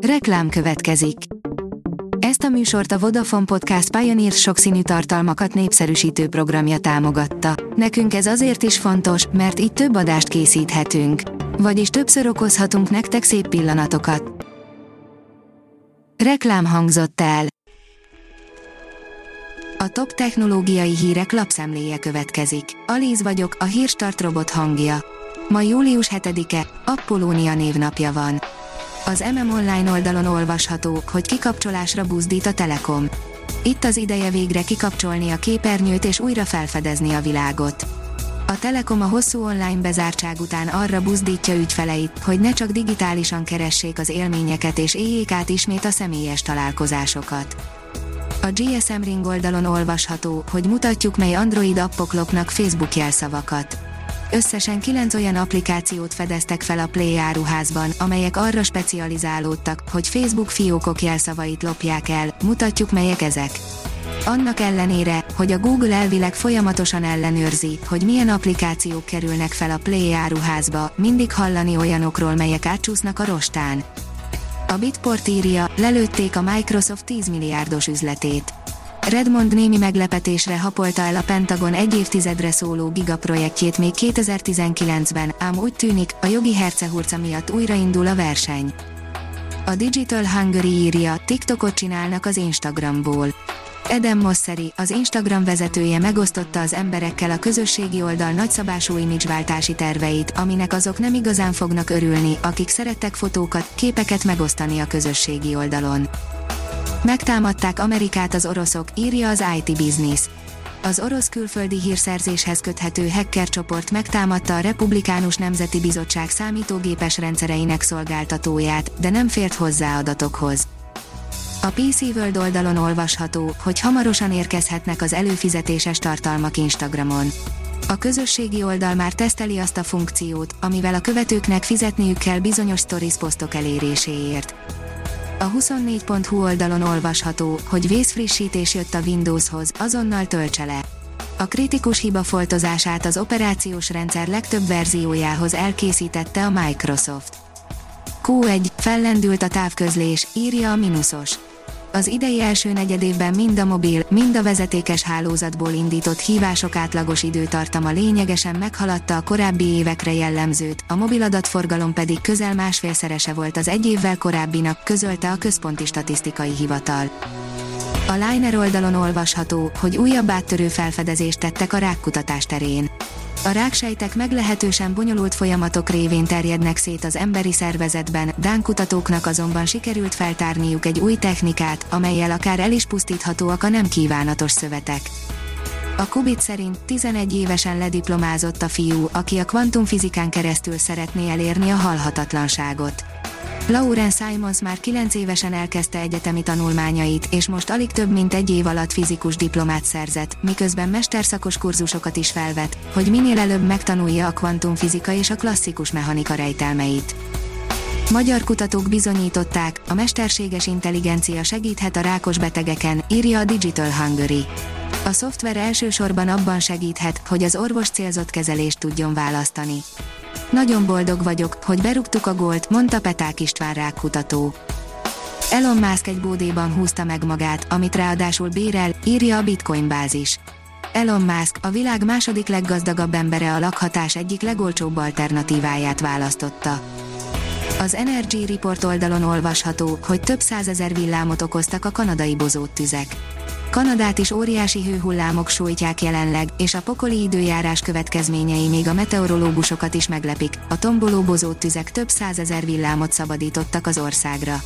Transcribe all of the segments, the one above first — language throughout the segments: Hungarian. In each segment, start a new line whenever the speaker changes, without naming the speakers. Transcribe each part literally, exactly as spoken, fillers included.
Reklám következik. Ezt a műsort a Vodafone Podcast Pioneer sokszínű tartalmakat népszerűsítő programja támogatta. Nekünk ez azért is fontos, mert így több adást készíthetünk. Vagyis többször okozhatunk nektek szép pillanatokat. Reklám hangzott el. A top technológiai hírek lapszemléje következik. Alíz vagyok, a Hírstart robot hangja. Ma július hetedike, Apollónia névnapja van. Az em em Online oldalon olvasható, hogy kikapcsolásra buzdít a Telekom. Itt az ideje végre kikapcsolni a képernyőt és újra felfedezni a világot. A Telekom a hosszú online bezártság után arra buzdítja ügyfeleit, hogy ne csak digitálisan keressék az élményeket és éljék át ismét a személyes találkozásokat. A gé es em Ring oldalon olvasható, hogy mutatjuk, mely Android appok lopnak Facebook jelszavakat. Összesen kilenc olyan applikációt fedeztek fel a Play áruházban, amelyek arra specializálódtak, hogy Facebook fiókok jelszavait lopják el, mutatjuk, melyek ezek. Annak ellenére, hogy a Google elvileg folyamatosan ellenőrzi, hogy milyen applikációk kerülnek fel a Play áruházba, mindig hallani olyanokról, melyek átcsúsznak a rostán. A Bitport írja, lelőtték a Microsoft tíz milliárdos üzletét. Redmond némi meglepetésre hapolta el a Pentagon egy évtizedre szóló gigaprojektjét még kétezer-tizenkilencben, ám úgy tűnik, a jogi hercehurca miatt újraindul a verseny. A Digital Hungary írja, TikTokot csinálnak az Instagramból. Adam Mosseri, az Instagram vezetője megosztotta az emberekkel a közösségi oldal nagyszabású imidzsváltási terveit, aminek azok nem igazán fognak örülni, akik szerettek fotókat, képeket megosztani a közösségi oldalon. Megtámadták Amerikát az oroszok, írja az i té Business. Az orosz külföldi hírszerzéshez köthető hacker csoport megtámadta a Republikánus Nemzeti Bizottság számítógépes rendszereinek szolgáltatóját, de nem fért hozzá adatokhoz. A pé cé World oldalon olvasható, hogy hamarosan érkezhetnek az előfizetéses tartalmak Instagramon. A közösségi oldal már teszteli azt a funkciót, amivel a követőknek fizetniük kell bizonyos stories posztok eléréséért. A huszonnégy pont hu oldalon olvasható, hogy vészfrissítés jött a Windowshoz, azonnal töltse le. A kritikus hiba foltozását az operációs rendszer legtöbb verziójához elkészítette a Microsoft. kú egy, fellendült a távközlés, írja a Minusos. Az idei első negyedévben mind a mobil, mind a vezetékes hálózatból indított hívások átlagos időtartama lényegesen meghaladta a korábbi évekre jellemzőt, a mobiladatforgalom pedig közel másfélszerese volt az egy évvel korábbinak, közölte a Központi Statisztikai Hivatal. A Liner oldalon olvasható, hogy újabb áttörő felfedezést tettek a rákkutatás terén. A ráksejtek meglehetősen bonyolult folyamatok révén terjednek szét az emberi szervezetben, dán kutatóknak azonban sikerült feltárniuk egy új technikát, amellyel akár el is pusztíthatóak a nem kívánatos szövetek. A Kubit szerint tizenegy évesen lediplomázott a fiú, aki a kvantumfizikán keresztül szeretné elérni a halhatatlanságot. Lauren Simons már kilenc évesen elkezdte egyetemi tanulmányait, és most alig több mint egy év alatt fizikus diplomát szerzett, miközben mesterszakos kurzusokat is felvett, hogy minél előbb megtanulja a kvantumfizika és a klasszikus mechanika rejtelmeit. Magyar kutatók bizonyították, a mesterséges intelligencia segíthet a rákos betegeken, írja a Digital Hungary. A szoftver elsősorban abban segíthet, hogy az orvos célzott kezelést tudjon választani. Nagyon boldog vagyok, hogy berúgtuk a gólt, mondta Peták István rákkutató. Elon Musk egy bódéban húzta meg magát, amit ráadásul bérel, írja a Bitcoin bázis. Elon Musk, a világ második leggazdagabb embere, a lakhatás egyik legolcsóbb alternatíváját választotta. Az Energy Report oldalon olvasható, hogy több százezer villámot okoztak a kanadai bozóttüzek. Kanadát is óriási hőhullámok sújtják jelenleg, és a pokoli időjárás következményei még a meteorológusokat is meglepik. A tomboló bozóttüzek több százezer villámot szabadítottak az országra.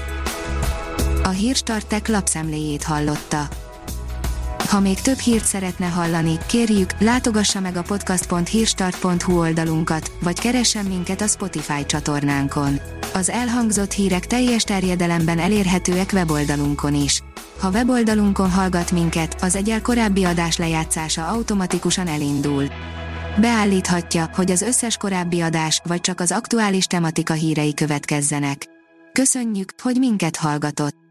A Hírstart Tech lapszemléjét hallotta. Ha még több hírt szeretne hallani, kérjük, látogassa meg a podcast pont hírstart pont hu oldalunkat, vagy keressen minket a Spotify csatornánkon. Az elhangzott hírek teljes terjedelemben elérhetőek weboldalunkon is. Ha weboldalunkon hallgat minket, az egyel korábbi adás lejátszása automatikusan elindul. Beállíthatja, hogy az összes korábbi adás, vagy csak az aktuális tematika hírei következzenek. Köszönjük, hogy minket hallgatott!